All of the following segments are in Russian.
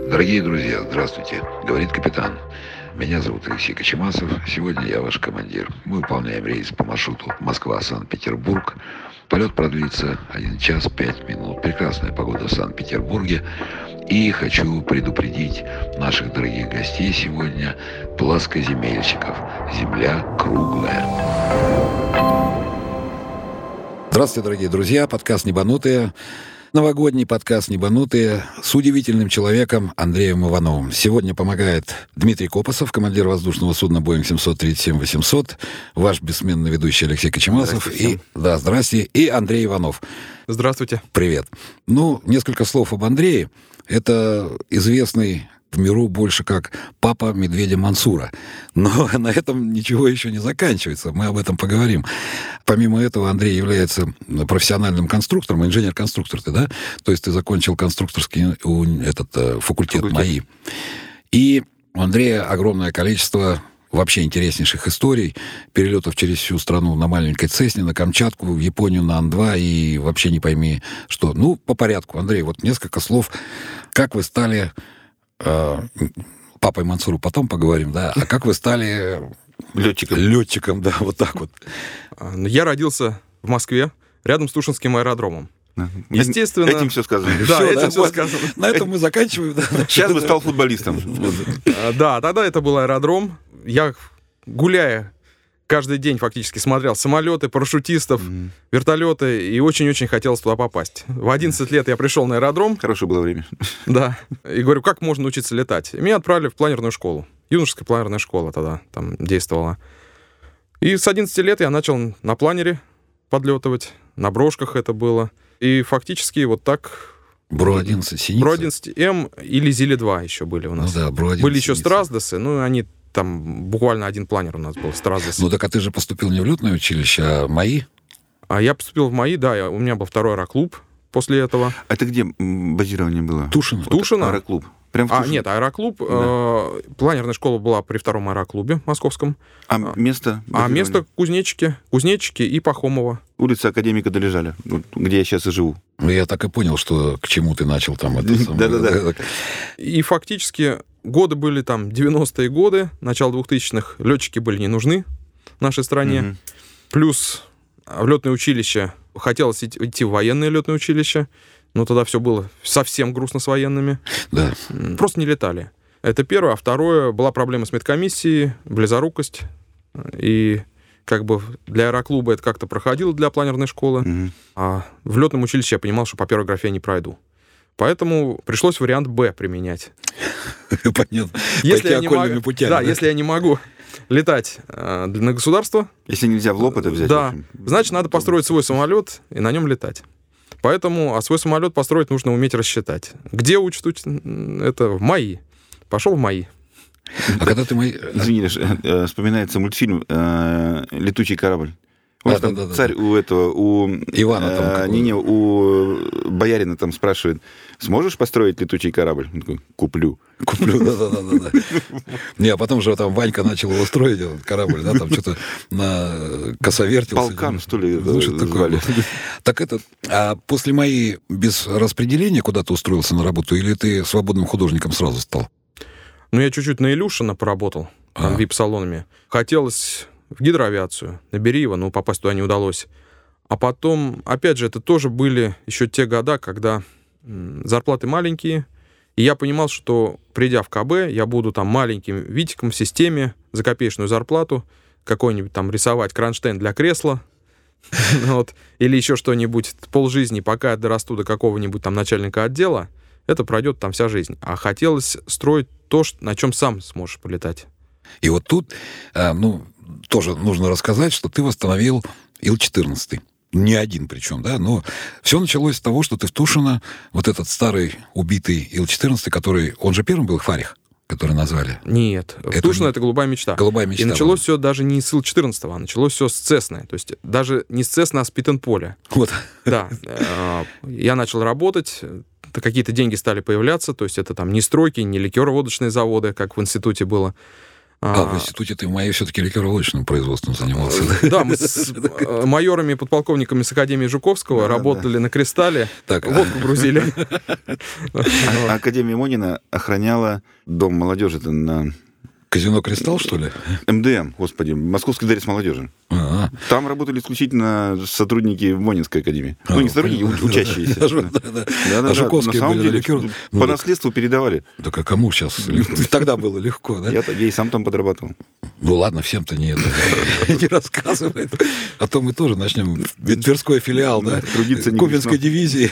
Дорогие друзья, здравствуйте. Говорит капитан. Меня зовут Алексей Кочемасов. Сегодня я ваш командир. Мы выполняем рейс по маршруту Москва-Санкт-Петербург. Полет продлится 1 час 5 минут. Прекрасная погода в Санкт-Петербурге. И хочу предупредить наших дорогих гостей сегодня: плоскоземельщиков. Земля круглая. Здравствуйте, дорогие друзья. Подкаст «Небанутые». Новогодний подкаст «Небанутые» с удивительным человеком Андреем Ивановым. Сегодня помогает Дмитрий Копосов, командир воздушного судна Boeing 737-800, ваш бессменный ведущий Алексей Кочемасов. Здрасте. И Андрей Иванов. Здравствуйте. Привет. Несколько слов об Андрее. Это известный в миру больше как папа медведя Мансура. Но на этом ничего еще не заканчивается. Мы об этом поговорим. Помимо этого, Андрей является профессиональным конструктором, инженер-конструктор ты, да? То есть ты закончил конструкторский факультет МАИ. И у Андрея огромное количество вообще интереснейших историй, перелетов через всю страну на маленькой Цесне, на Камчатку, в Японию на Ан-2 и вообще не пойми что. По порядку. Андрей, несколько слов. Как вы стали... папой Мансуру потом поговорим, да? А как вы стали... Летчиком, да, вот так вот. Я родился в Москве, рядом с Тушинским аэродромом. Естественно... Этим все сказано. Да, этим все сказано. На этом мы заканчиваем. Сейчас бы стал футболистом. Да, тогда это был аэродром. Я, гуляя, каждый день фактически смотрел самолеты, парашютистов, вертолеты, и очень-очень хотелось туда попасть. В 11 лет я пришел на аэродром. Хорошее было время. Да. И говорю, как можно учиться летать? И меня отправили в планерную школу. Юношеская планерная школа тогда там действовала. И с 11 лет я начал на планере подлетывать. На брошках это было. И фактически вот так... Бро-11 синица. Бро-11М или Зили-2 еще были у нас. Бро-11 были еще Страздесы, они... Там буквально один планер у нас был, Стразис. Так а ты же поступил не в летное училище, а МАИ? А я поступил в МАИ, да. У меня был второй аэроклуб после этого. А это где базирование было? Тушино. Тушино. Аэроклуб. Прям в Тушино? Нет, аэроклуб. Да. Планерная школа была при втором аэроклубе московском. А место? Место Кузнечики и Пахомова. Улица Академика Долежаля, где я сейчас и живу. Я так и понял, что к чему ты начал там. Да. И фактически годы были там 90-е годы, начало 2000-х. Летчики были не нужны в нашей стране. Плюс в летное училище хотелось идти в военное летное училище. Но тогда все было совсем грустно с военными. Да. Просто не летали. Это первое. А второе, была проблема с медкомиссией, близорукость. И для аэроклуба это как-то проходило для планерной школы. А в летном училище я понимал, что по первой графе я не пройду. Поэтому пришлось вариант Б применять. Понятно. Если я не могу летать на государство... Если нельзя в лоб это взять. Да. Значит, надо построить свой самолет и на нем летать. Поэтому, свой самолет построить нужно уметь рассчитать. Где учат? Это в МАИ. Пошел в МАИ. А когда ты МАИ... Извини, вспоминается мультфильм «Летучий корабль». Царь у Ивана там у боярина там спрашивает: сможешь построить летучий корабль? Он такой: куплю, да. Не, а потом же там Ванька начал его строить, корабль, да, там что-то на косовертился. Полкан, что ли, звали. Так а после МАИ без распределения куда-то устроился на работу, или ты свободным художником сразу стал? Я чуть-чуть на Илюшина поработал, там, вип-салонами. Хотелось в гидроавиацию, на Бериево, но попасть туда не удалось. А потом, опять же, это тоже были еще те года, когда зарплаты маленькие, и я понимал, что, придя в КБ, я буду там маленьким витиком в системе за копеечную зарплату какой-нибудь там рисовать кронштейн для кресла, или еще что-нибудь полжизни, пока я дорасту до какого-нибудь там начальника отдела, это пройдет там вся жизнь. А хотелось строить то, на чем сам сможешь полетать. И вот тут, тоже нужно рассказать, что ты восстановил Ил-14. Не один причем, да, но все началось с того, что ты в Тушино, вот этот старый убитый Ил-14, который, он же первым был Фарих, который назвали. Нет, в Тушино это «Голубая мечта». «Голубая мечта». И началось все даже не с Ил-14, а началось все с Цесны. То есть даже не с Цесны, а с Питтенполя. Вот. Да. Я начал работать, какие-то деньги стали появляться, то есть это там не стройки, не ликероводочные заводы, как в институте было. В институте ты в моей все-таки ликероводочным производством занимался. Да, мы с майорами и подполковниками с Академии Жуковского работали на «Кристалле», водку грузили. Академия Монина охраняла Дом молодежи-то на... Казино «Кристалл», что ли? МДМ, господи, Московский дворец молодежи. Там работали исключительно сотрудники Монинской академии. Не сотрудники, учащиеся. А Жуковские были ликеры. По наследству передавали. Так а кому сейчас? Тогда было легко, да? Я и сам там подрабатывал. Ну ладно, всем-то не рассказывает. А то мы тоже начнем Тверской филиал, да? Кубинской дивизии.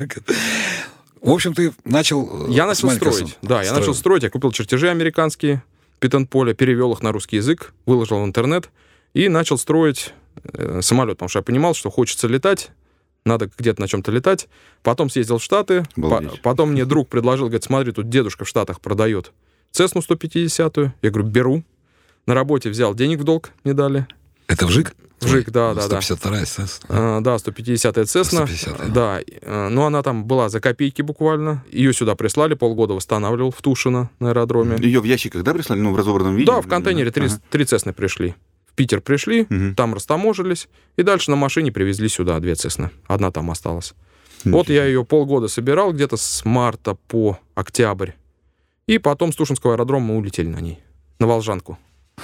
В общем, ты начал... Я начал строить. Да, я начал строить. Я купил чертежи американские, Питтенполя, перевел их на русский язык, выложил в интернет и начал строить самолет, потому что я понимал, что хочется летать, надо где-то на чем-то летать. Потом съездил в Штаты, потом мне друг предложил, говорит, смотри, тут дедушка в Штатах продает Цесну 150-ю. Я говорю, беру. На работе взял денег в долг, не дали. Это вжик? Вжик, да. 152-я Цесна. Да, 150-я Цесна. Да, но она там была за копейки буквально. Ее сюда прислали, полгода восстанавливал в Тушино на аэродроме. Ее в ящиках, да, прислали? Ну, в разобранном виде? Да, в контейнере 3 Цесны пришли. В Питер пришли, там растаможились, и дальше на машине привезли сюда 2 Цесны. Одна там осталась. Вот я ее полгода собирал, где-то с марта по октябрь. И потом с Тушинского аэродрома мы улетели на ней, на Волжанку.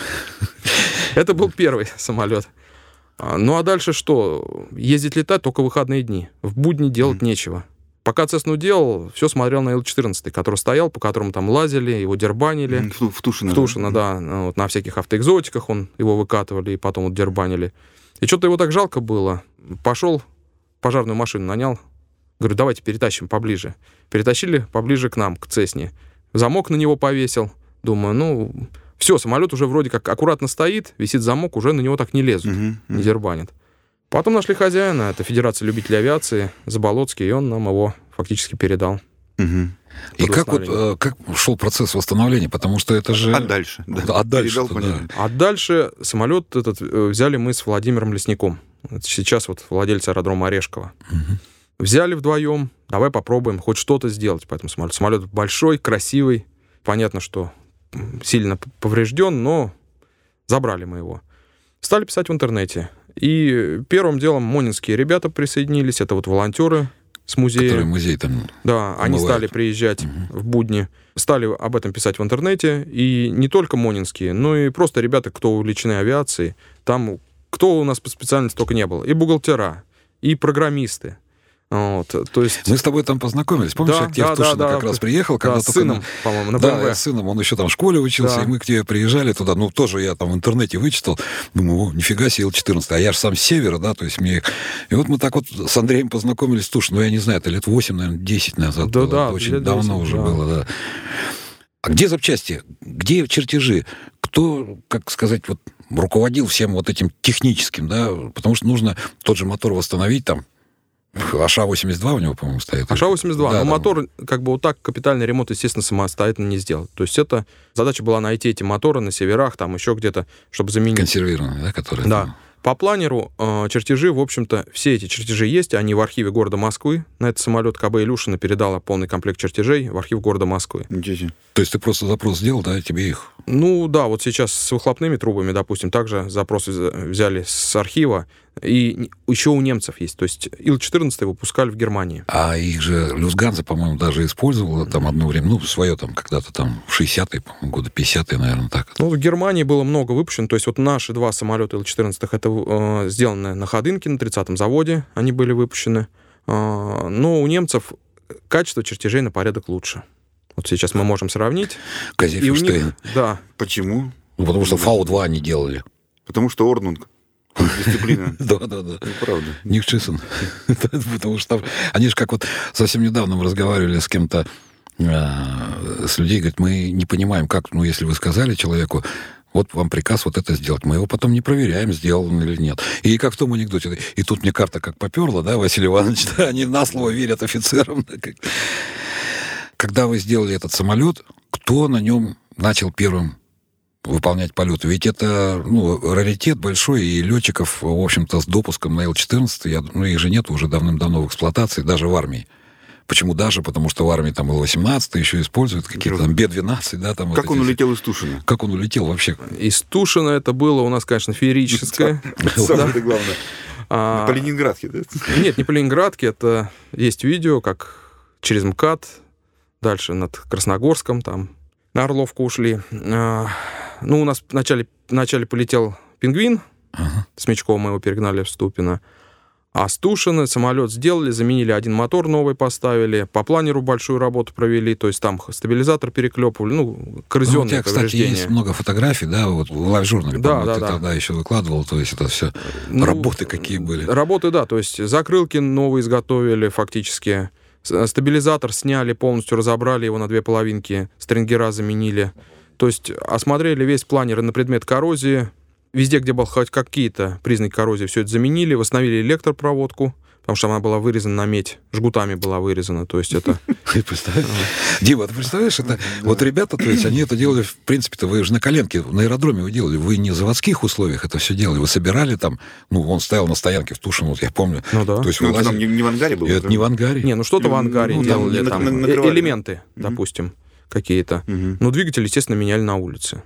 Это был первый самолет. Ну а дальше что? Ездить, летать только в выходные дни. В будни делать нечего. Пока Цесну делал, все смотрел на Ил-14, который стоял, по которому там лазили, его дербанили. В Тушино. В Тушино, да. Вот на всяких автоэкзотиках его выкатывали и потом вот дербанили. И что-то его так жалко было. Пошел, пожарную машину нанял. Говорю, давайте перетащим поближе. Перетащили поближе к нам, к Цесне. Замок на него повесил. Думаю, все, самолет уже вроде как аккуратно стоит, висит замок, уже на него так не лезут, не дербанят. Потом нашли хозяина, это Федерация любителей авиации, Заболоцкий, и он нам его фактически передал. И как шел процесс восстановления? Потому что это же... А дальше? А дальше самолет этот взяли мы с Владимиром Лесником. Это сейчас вот владелец аэродрома Орешково. Взяли вдвоем, давай попробуем хоть что-то сделать по этому самолету. Самолет большой, красивый, понятно, что сильно поврежден, но забрали мы его. Стали писать в интернете. И первым делом монинские ребята присоединились, это вот волонтеры с музея. Которые музей там... Да, они стали приезжать в будни, стали об этом писать в интернете. И не только монинские, но и просто ребята, кто увлечены авиацией. Там кто у нас по специальности только не было. И бухгалтера, и программисты. Вот, то есть... Мы с тобой там познакомились. Помнишь, я к тебе в Тушино как раз приехал? Когда с сыном, по-моему, на БМВ. Да, с сыном. Он еще там в школе учился, и мы к тебе приезжали туда. Ну, тоже я там в интернете вычитал. Думаю, нифига себе, Ил-14. А я же сам с севера, да, то есть мне... И вот мы так вот с Андреем познакомились в Тушино. Ну, я не знаю, это лет 8, наверное, 10 назад было. Да, очень давно уже было, да. А где запчасти? Где чертежи? Кто, как сказать, вот руководил всем вот этим техническим, да? Потому что нужно тот же мотор восстановить там. АШ-82 у него, по-моему, стоит. АШ-82, но мотор, как бы вот так капитальный ремонт, естественно, самостоятельно не сделать. То есть это задача была найти эти моторы на северах, там еще где-то, чтобы заменить. Консервированные, да, которые? Да. Там... По планеру чертежи, в общем-то, все эти чертежи есть, они в архиве города Москвы. На этот самолет КБ Илюшина передала полный комплект чертежей в архив города Москвы. То есть ты просто запрос сделал, да, тебе их? Ну да, вот сейчас с выхлопными трубами, допустим, также запросы взяли с архива. И еще у немцев есть. То есть Ил-14 выпускали в Германии. А их же Люфтганза, по-моему, даже использовала там одно время, ну, свое там когда-то там в 60-е, по-моему, года 50-е, наверное, так. Ну, в Германии было много выпущено. То есть вот наши 2 самолета Ил-14, это сделано на Ходынке, на 30-м заводе они были выпущены. Но у немцев качество чертежей на порядок лучше. Вот сейчас мы можем сравнить. Казеферштейн. Да. Почему? Ну, потому что Фау-2 они делали. Потому что Орнунг. Дисциплина. Да. Правда. Ник Чисон. Потому что они же как вот совсем недавно мы разговаривали с кем-то, с людей, говорят, мы не понимаем, как, ну, если вы сказали человеку, вот вам приказ вот это сделать. Мы его потом не проверяем, сделал он или нет. И как в том анекдоте. И тут мне карта как поперла, да, Василий Иванович, да, они на слово верят офицерам. Когда вы сделали этот самолет, кто на нем начал первым выполнять полеты? Ведь это, ну, раритет большой, и летчиков, в общем-то, с допуском на Ил-14, их же нет уже давным-давно в эксплуатации, даже в армии. Почему даже? Потому что в армии там Ил-18 еще используют, какие-то там Б-12, да, там. Как он улетел из Тушина? Как он улетел вообще? Из Тушина это было у нас, конечно, феерическое. Самое главное. По Ленинградке, да? Нет, не по Ленинградке, это есть видео, как через МКАД, дальше над Красногорском, там, на Орловку ушли. Ну, у нас вначале полетел «Пингвин», с Мячковым мы его перегнали в Ступино. А с Тушина самолет сделали, заменили один мотор новый, поставили, по планеру большую работу провели, то есть там стабилизатор переклепывали, коррозионные повреждения. У тебя, кстати, есть много фотографий, да, вот в лайв-журнале, да, ты тогда еще выкладывал, то есть это все работы какие были. Работы, да, то есть закрылки новые изготовили фактически, стабилизатор сняли полностью, разобрали его на 2 половинки, стрингера заменили, то есть осмотрели весь планер на предмет коррозии. Везде, где были хоть какие-то признаки коррозии, все это заменили, восстановили электропроводку, потому что она была вырезана на медь, жгутами была вырезана, то есть это... Дима, ты представляешь, это вот ребята, то есть они это делали, в принципе-то, вы же на коленке, на аэродроме вы делали, вы не в заводских условиях это все делали, вы собирали там, он стоял на стоянке в Тушино, вот я помню. Ну да. То есть это там не в ангаре было? Это не в ангаре. Не, что-то в ангаре делали, там элементы, допустим, какие-то. Двигатель, естественно, меняли на улице.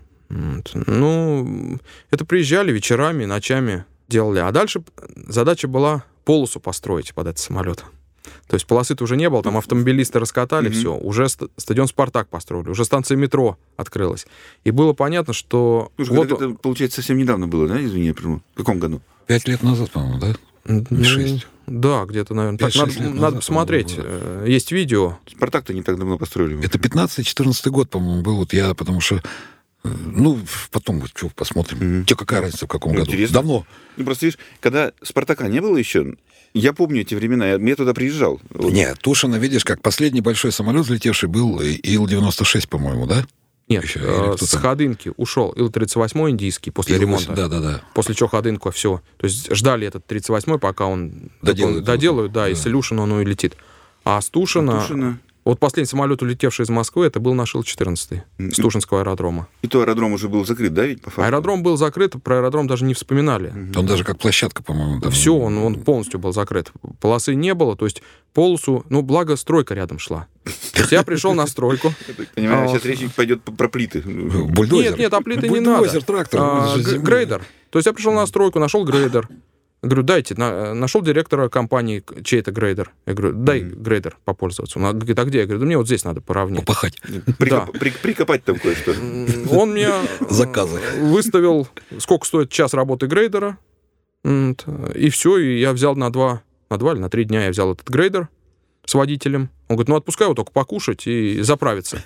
Это приезжали вечерами, ночами делали. А дальше задача была полосу построить под этот самолет. То есть полосы-то уже не было, там автомобилисты раскатали, все. Уже стадион «Спартак» построили, уже станция метро открылась. И было понятно, что... Слушай, это, получается, совсем недавно было, да, извини, в каком году? 5 лет назад, по-моему, да? 6. Да, где-то, наверное. Так, надо посмотреть. Есть видео. «Спартак»-то не так давно построили. Это 15-14 год, по-моему, был. Вот я, потому что... потом посмотрим. Тебе какая разница, в каком году? Интересно. Давно. Просто видишь, когда «Спартака» не было еще, я помню эти времена, я туда приезжал. Нет, Тушино, видишь, как последний большой самолет взлетевший был Ил-96, по-моему, да? Нет, с Ходынки ушел Ил-38 индийский после ремонта. Да. После чего Ходынку все. То есть ждали этот 38-й, пока он доделают, да, и с Илюшина он и летит. А с Тушина... Вот последний самолет, улетевший из Москвы, это был наш Ил-14 с Тушинского аэродрома. И то аэродром уже был закрыт, да, ведь, по факту? Аэродром был закрыт, про аэродром даже не вспоминали. Он даже как площадка, по-моему. Там... Все, он полностью был закрыт. Полосы не было, то есть полосу... благо, стройка рядом шла. То есть я пришел на стройку. Понимаю, сейчас речь пойдет про плиты. Бульдозер. Нет, а плиты не надо. Бульдозер, трактор. Грейдер. То есть я пришел на стройку, нашел грейдер. Я говорю, дайте. Нашел директора компании, чей это грейдер. Я говорю, дай грейдер попользоваться. Он говорит, а где? Я говорю, да мне вот здесь надо поровнять. Попахать. Прикопать там кое-что. Он мне заказы выставил, сколько стоит час работы грейдера. И все, и я взял на 2 или на 3 дня я взял этот грейдер с водителем. Он говорит, отпускай его только покушать и заправиться.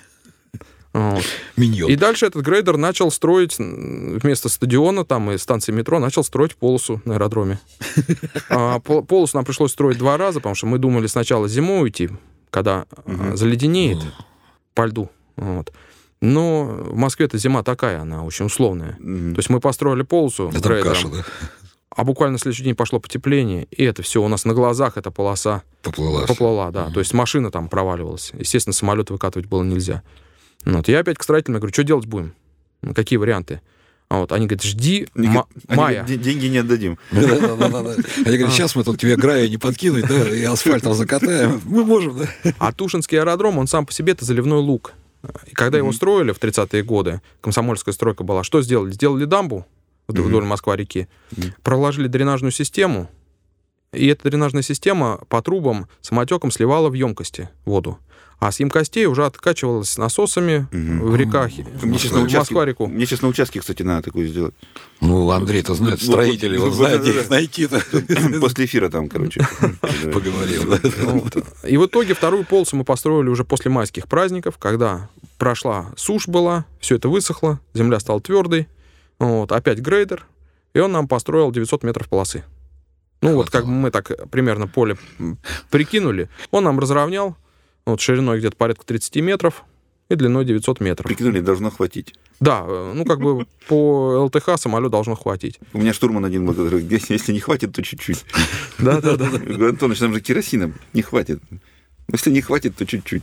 И дальше этот грейдер начал строить вместо стадиона там и станции метро, начал строить полосу на аэродроме. Полосу нам пришлось строить 2 раза, потому что мы думали сначала зимой уйти, когда заледенеет по льду. Но в Москве-то зима такая, она очень условная. То есть мы построили полосу грейдером, а буквально на следующий день пошло потепление, и это все у нас на глазах, эта полоса поплыла, да. То есть машина там проваливалась. Естественно, самолет выкатывать было нельзя. Я опять к строителям говорю, что делать будем? Какие варианты? Они говорят, жди мая. Деньги не отдадим. Они говорят, сейчас мы тут тебе гравия не подкинуть, да, и асфальтом закатаем. Мы можем, да. А Тушинский аэродром, он сам по себе это заливной луг. И когда его строили в 30-е годы, комсомольская стройка была, что сделали? Сделали дамбу вдоль Москва-реки, проложили дренажную систему, и эта дренажная система по трубам самотеком сливала в емкости воду. А с емкостей уже откачивалась насосами в реках, Москва-реку. Мне сейчас на участке, кстати, надо такое сделать. Андрей-то знает, строители, вы знаете, их найти-то. После эфира там, короче. Поговорим. И в итоге вторую полосу мы построили уже после майских праздников, когда прошла сушь была, все это высохло, земля стала твердой, опять грейдер, и он нам построил 900 метров полосы. Как бы мы так примерно поле прикинули, он нам разровнял, шириной где-то порядка 30 метров и длиной 900 метров. Прикинули, должно хватить. Да, по ЛТХ самолет должно хватить. У меня штурман один был, который говорит, если не хватит, то чуть-чуть. Да. Говорю, Антоныч, нам же керосина не хватит. Если не хватит, то чуть-чуть.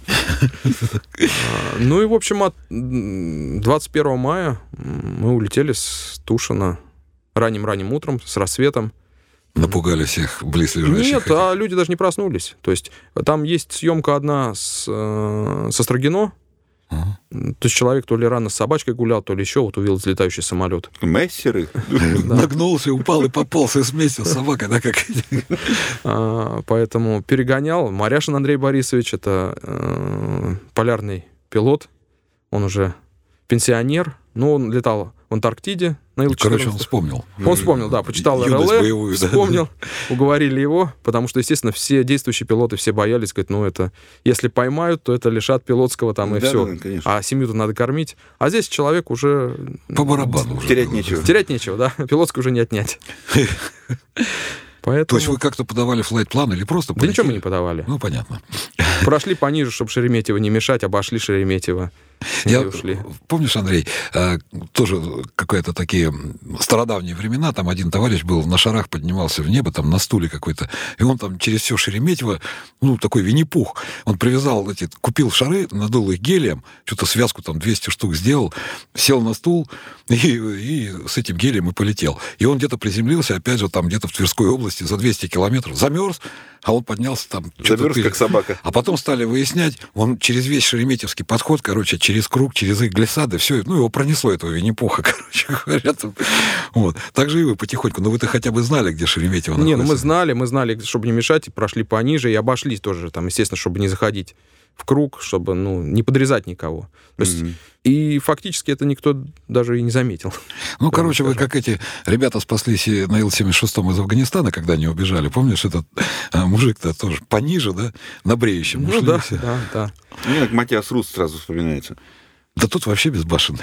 В общем, 21 мая мы улетели с Тушина ранним утром, с рассветом. Напугали всех близлежащих? Нет, а люди даже не проснулись. То есть там есть съемка одна со Строгино. То есть человек то ли рано с собачкой гулял, то ли еще, вот увидел взлетающий самолет. Мессеры. Нагнулся, упал и пополз вместе с собакой, да, как... Поэтому перегонял. Маряшин Андрей Борисович, это полярный пилот, он уже пенсионер, но он летал в Антарктиде на Ил-14. Короче, он вспомнил. Он вспомнил, да, почитал РЛ, вспомнил, уговорили его, потому что, естественно, все действующие пилоты, все боялись, говорят, ну это, если поймают, то это лишат пилотского там и все. Да, а семью-то надо кормить. А здесь человек уже... По барабану уже. Терять нечего. Терять нечего, да, пилотского уже не отнять. Поэтому... То есть вы как-то подавали флайт-план или просто полетели? Да ничего мы не подавали. Ну, понятно. Прошли пониже, чтобы Шереметьево не мешать, обошли Шереметьево. Ушли. Помнишь, Андрей, тоже какие-то такие стародавние времена, там один товарищ был, на шарах поднимался в небо, там на стуле какой-то, и он там через все Шереметьево, ну, такой Винни-Пух, он привязал купил шары, надул их гелием, что-то связку там 200 штук сделал, сел на стул и с этим гелием и полетел. И он где-то приземлился, опять же, там где-то в Тверской области, за 200 километров, замерз, а он поднялся там... Замерз, как собака. А потом стали выяснять, он через весь Шереметьевский подход, короче, через круг, через их глиссады, все, ну, его пронесло, этого Винни-Пуха, короче говоря. Вот. Так же и вы потихоньку. Но вы-то хотя бы знали, где Шереметьево находится. Не, ну мы знали, чтобы не мешать, и прошли пониже, и обошли тоже, там, естественно, чтобы не заходить в круг, чтобы, ну, не подрезать никого. То есть, и фактически это никто даже и не заметил. Ну, короче, вы как эти ребята спаслись на Ил-76 из Афганистана, когда они убежали. Помнишь, этот мужик-то тоже пониже, да, на бреющем. Ну, да. Мне как Матиас Рус сразу вспоминается. Да тут вообще безбашенный.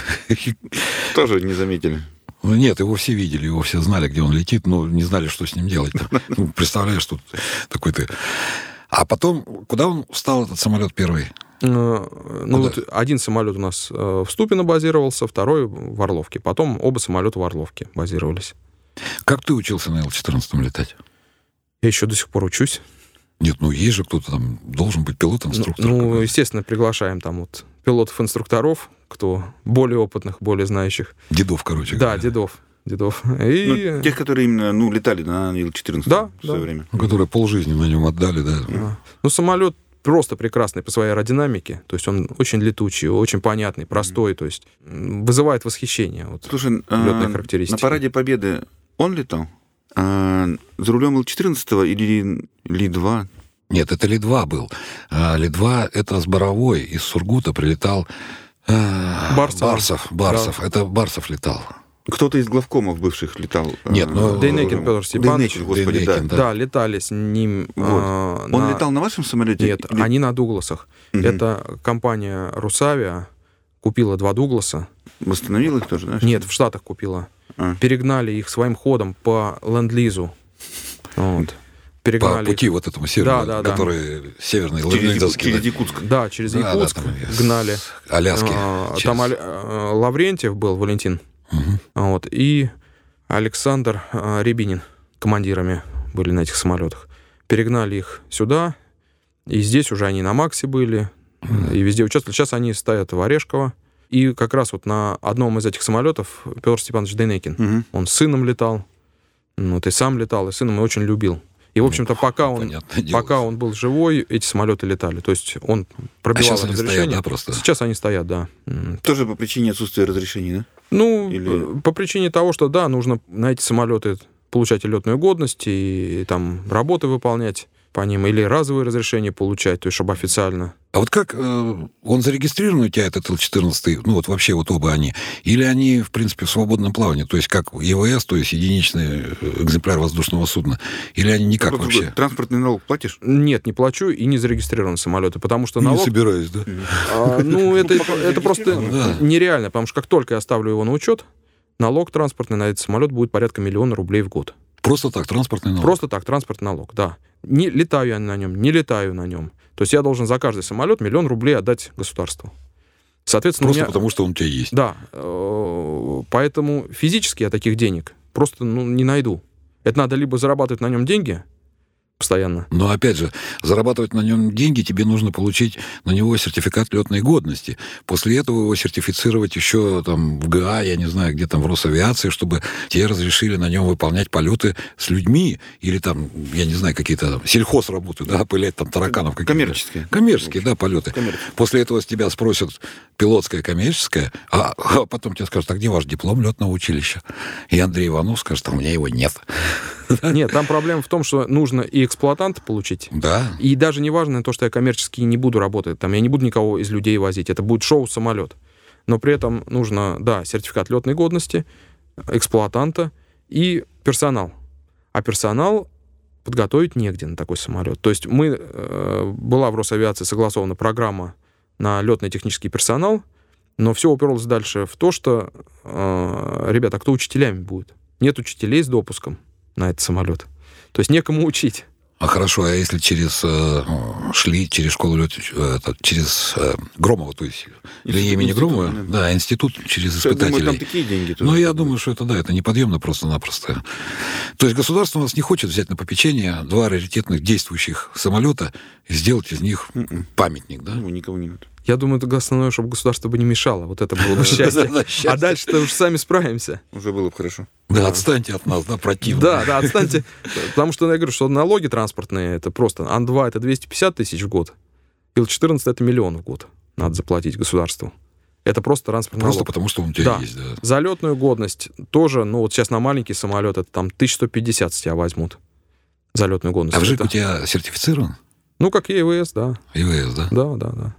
Тоже не заметили. Нет, его все видели, его все знали, где он летит, но не знали, что с ним делать. Ну, представляешь, тут такой ты... А потом, куда он встал, этот самолет первый? Ну, вот один самолет у нас в Ступино базировался, второй в Орловке. Потом оба самолета в Орловке базировались. Как ты учился на Ил-14 летать? Я еще до сих пор учусь. Нет, ну есть же кто-то там, должен быть пилот-инструктор. Ну, естественно, приглашаем там вот пилотов-инструкторов, кто более опытных, более знающих. Дедов, короче говоря. Да, дедов. И... Ну, тех, которые именно, ну, летали на Ил-14 в свое время. Которые полжизни на нем отдали, да. Ну, самолет просто прекрасный по своей аэродинамике, то есть он очень летучий, очень понятный, простой, то есть вызывает восхищение. Вот, слушай, летные характеристики. На параде Победы он летал? За рулем Ил-14 или Ли-2? Нет, это Ли-2 был. Ли-2 это с Боровой из Сургута прилетал Барсов. Да. Это Барсов летал. Кто-то из главкомов бывших летал. Нет, но... Дейнекин Петр Степанович. Дейнекин, господи, да. Да, летали с ним. Вот. Он летал на вашем самолете? Нет, они на Дугласах. Это компания «Русавиа» купила 2 Дугласа. Восстановила их тоже, да? Нет, в Штатах купила. Перегнали их своим ходом по Ленд-Лизу. Вот. По пути вот этому северному, который северный Ленд-Лизовский. Через Якутск. Да, через Якутск гнали. Аляски. Там Лаврентьев был, Валентин. Вот, и Александр Рябинин командирами были на этих самолетах. Перегнали их сюда, и здесь уже они на Максе были, и везде участвовали. Сейчас они стоят в Орешково. И как раз вот на одном из этих самолетов Петр Степанович Дейнекин. Он с сыном летал, вот, и сам летал, и сыном и очень любил. И, в общем-то, пока он был живой, эти самолеты летали. То есть он пробивал разрешение. Стоят, да, просто? Сейчас они стоят, да. Тоже по причине отсутствия разрешений, да? Ну, по причине того, что, да, нужно на эти самолеты получать летную годность и там работы выполнять по ним, или разовые разрешения получать, то есть чтобы официально. А вот как он зарегистрирован у тебя, этот Ил-14, ну вот вообще вот оба они, или они, в принципе, в свободном плавании, то есть как ЕВС, то есть единичный экземпляр воздушного судна, или они никак вообще? Транспортный налог платишь? Нет, не плачу и не зарегистрированы самолеты, потому что налог... Не собираюсь, да? Ну, это просто нереально, потому что как только я ставлю его на учет, налог транспортный на этот самолет будет порядка 1 000 000 рублей в год. Просто так, транспортный налог? Просто так, транспортный налог, да. Не летаю я на нем, не летаю на нем. То есть я должен за каждый самолет 1 000 000 рублей отдать государству. Соответственно, просто потому, что он у тебя есть. Да. Поэтому физически я таких денег просто не найду. Это надо либо зарабатывать на нем деньги, постоянно. Но, опять же, зарабатывать на нем деньги, тебе нужно получить на него сертификат летной годности. После этого его сертифицировать еще там в ГА, я не знаю, где там в Росавиации, чтобы тебе разрешили на нем выполнять полеты с людьми или там, я не знаю, какие-то там сельхозработы, да, опылять там тараканов. Коммерческие. Коммерческие, да, полеты. После этого с тебя спросят пилотское, коммерческое, а потом тебе скажут, а где ваш диплом летного училища? И Андрей Иванов скажет, а у меня его нет. Нет, там проблема в том, что нужно и эксплуатанта получить. Да. И даже не важно то, что я коммерчески не буду работать. Там я не буду никого из людей возить. Это будет шоу-самолет. Но при этом нужно, да, сертификат летной годности, эксплуатанта и персонал. А персонал подготовить негде на такой самолет. То есть была в Росавиации согласована программа на летно-технический персонал, но все уперлось дальше в то, что, ребята, а кто учителями будет? Нет учителей с допуском на этот самолет. То есть некому учить. А хорошо, а если шли через школу через Громова, то есть, или имени Громова, да, институт через испытателей. Я думаю, там такие деньги. Ну, я думаю, что это, да, это неподъемно просто-напросто. То есть государство у нас не хочет взять на попечение 2 раритетных действующих самолета и сделать из них памятник, да? Ну, никого не надо. Я думаю, это основное, чтобы государство бы не мешало. Вот это было бы счастье. А дальше-то уж сами справимся. Уже было бы хорошо. Да, отстаньте от нас, да, противно. Да, отстаньте. Потому что я говорю, что налоги транспортные, это просто... Ан-2 это 250 тысяч в год. Ил-14 это 1 миллион в год надо заплатить государству. Это просто транспортный налог. Просто потому, что он у тебя есть, да. За летную годность тоже, ну вот сейчас на маленький самолет это там 1150 с тебя возьмут. За летную годность. А ВЖИК у тебя сертифицирован? Ну, как ЕВС, да. ЕВС, да? Да.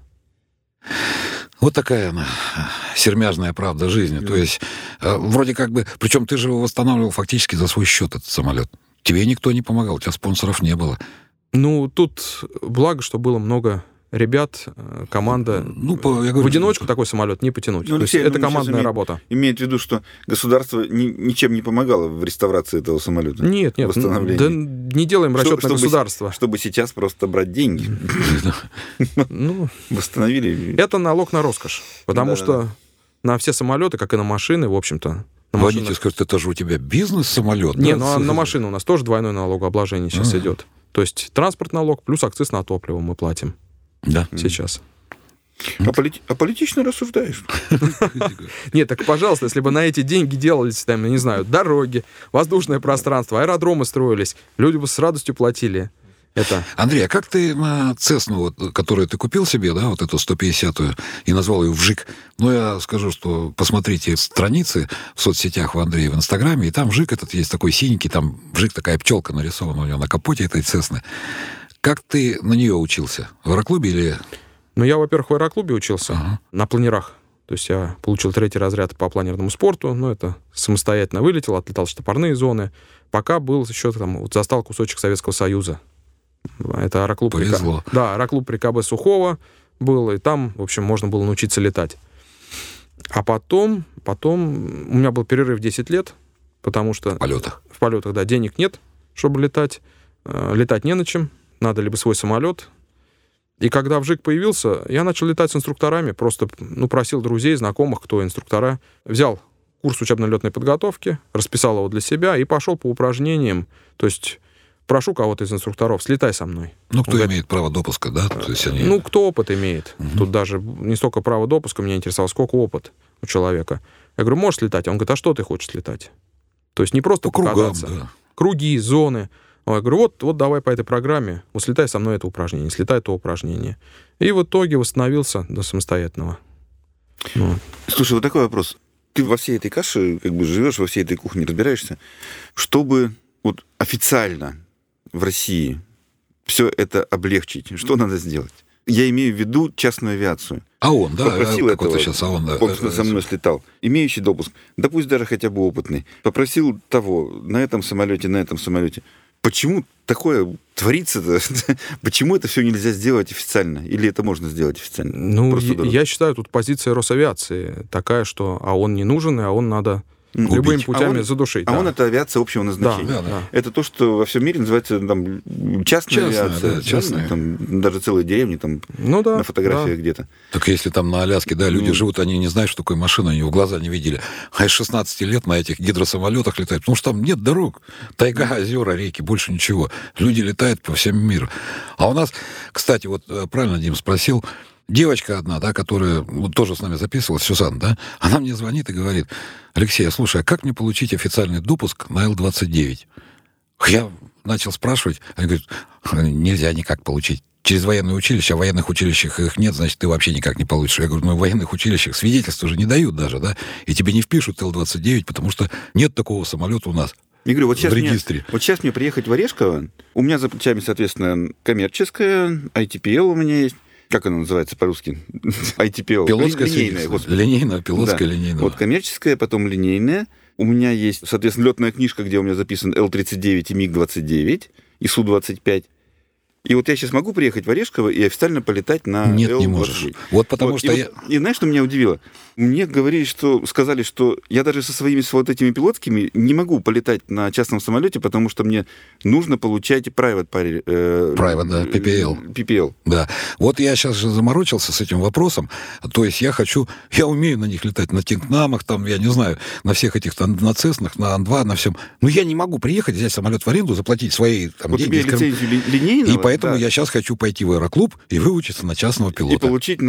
Вот такая она, сермяжная правда жизни. То есть, вроде как бы... Причем ты же его восстанавливал фактически за свой счет, этот самолет. Тебе никто не помогал, у тебя спонсоров не было. Ну, тут благо, что было много ребят, команда. Ну, я говорю, в одиночку такой самолет не потянуть. Ну, Алексей, это командная работа. Имеет в виду, что государство ничем не помогало в реставрации этого самолета? Нет. Да не делаем расчет на государство. Чтобы сейчас просто брать деньги. Восстановили. Это налог на роскошь. Потому что на все самолеты, как и на машины, в общем-то... Водитель скажет, это же у тебя бизнес-самолет. Не, ну а на машины у нас тоже двойное налогообложение сейчас идет. То есть транспорт налог плюс акциз на топливо мы платим. Да. Сейчас. А политично рассуждаешь? Нет, так, пожалуйста, если бы на эти деньги делались, там, я не знаю, дороги, воздушное пространство, аэродромы строились, люди бы с радостью платили это. Андрей, а как ты на Цесну, которую ты купил себе, да, вот эту 150-ю, и назвал ее «Вжик»? Ну, я скажу, что посмотрите страницы в соцсетях в Андрея в Инстаграме, и там Вжик этот есть такой синенький, там Вжик, такая пчелка нарисована у него на капоте этой Цесны. Как ты на нее учился? В аэроклубе или... Ну, я, во-первых, в аэроклубе учился на планерах. То есть я получил 3-й разряд по планерному спорту, но это самостоятельно вылетел, отлетал в штопорные зоны. Пока был еще там, вот застал кусочек Советского Союза. Это аэроклуб Повезло. Да, аэроклуб при КБ Сухого был, и там, в общем, можно было научиться летать. А потом у меня был перерыв 10 лет, потому что... В полетах. В полетах, да, денег нет, чтобы летать. Летать не на чем. Надо либо свой самолет. И когда Вжик появился, я начал летать с инструкторами, просто просил друзей, знакомых, кто инструктора. Взял курс учебно-летной подготовки, расписал его для себя и пошел по упражнениям. То есть прошу кого-то из инструкторов, слетай со мной. Ну, кто имеет право допуска, да? То есть они... Ну, кто опыт имеет. Тут даже не столько право допуска меня интересовало, сколько опыт у человека. Я говорю, можешь летать? Он говорит, а что ты хочешь летать? То есть не просто по покататься. Кругам, да. Круги, зоны. Я говорю, вот давай по этой программе, вот слетай со мной это упражнение, слетай то упражнение. И в итоге восстановился до самостоятельного. Слушай, вот такой вопрос. Ты во всей этой каше как бы живешь, во всей этой кухне разбираешься. Чтобы вот официально в России все это облегчить, что надо сделать? Я имею в виду частную авиацию. ООН, да? Попросил этого, сейчас ООН, да. Он со мной слетал. Имеющий допуск, да пусть даже хотя бы опытный. Попросил того, на этом самолете. Почему такое творится-то? Почему это все нельзя сделать официально? Или это можно сделать официально? Ну, я считаю, тут позиция Росавиации такая, что ООН не нужен, и ООН надо любыми путями задушить. А он это авиация общего назначения. Да. Это то, что во всем мире называется там, частная авиация. Да, частная. Там, даже целые деревни там, на фотографиях где-то. Так если там на Аляске, да, люди живут, они не знают, что такое машина, они в глаза не видели. А из 16 лет на этих гидросамолетах летают, потому что там нет дорог. Тайга, озера, реки, больше ничего. Люди летают по всему миру. А у нас, кстати, вот правильно Дим спросил, девочка одна, да, которая вот тоже с нами записывалась, Сюзанна, да, она мне звонит и говорит: Алексей, слушай, а как мне получить официальный допуск на Ил-29? Я начал спрашивать, она говорит: нельзя никак получить. Через военное училище, а в военных училищах их нет, значит, ты вообще никак не получишь. Я говорю, в военных училищах свидетельства уже не дают даже, да, и тебе не впишут Ил-29, потому что нет такого самолета у нас. Я говорю, вот сейчас мне приехать в Орешково, у меня за плечами, соответственно, коммерческая, ITPL у меня есть. Как она называется по-русски? ITPL. Пилотская линейная. Линейная, пилотская, да. линейная. Вот коммерческая, потом линейная. У меня есть, соответственно, летная книжка, где у меня записан Ил-39 и МиГ-29, и Су-25. И вот я сейчас могу приехать в Орешково и официально полетать на Нет, Ил-29. не можешь. Вот потому что И знаешь, что меня удивило? Мне сказали, что я даже со своими вот этими пилотскими не могу полетать на частном самолете, потому что мне нужно получать private, да, PPL. Да. Вот я сейчас же заморочился с этим вопросом. То есть я умею на них летать, на Тинкнамах, там, я не знаю, на всех этих, на Цеснах, на Ан-2, на всем. Но я не могу приехать, взять самолет в аренду, заплатить свои там, вот деньги. Вот тебе лицензию линейного. И поэтому я сейчас хочу пойти в аэроклуб и выучиться на частного пилота. И получить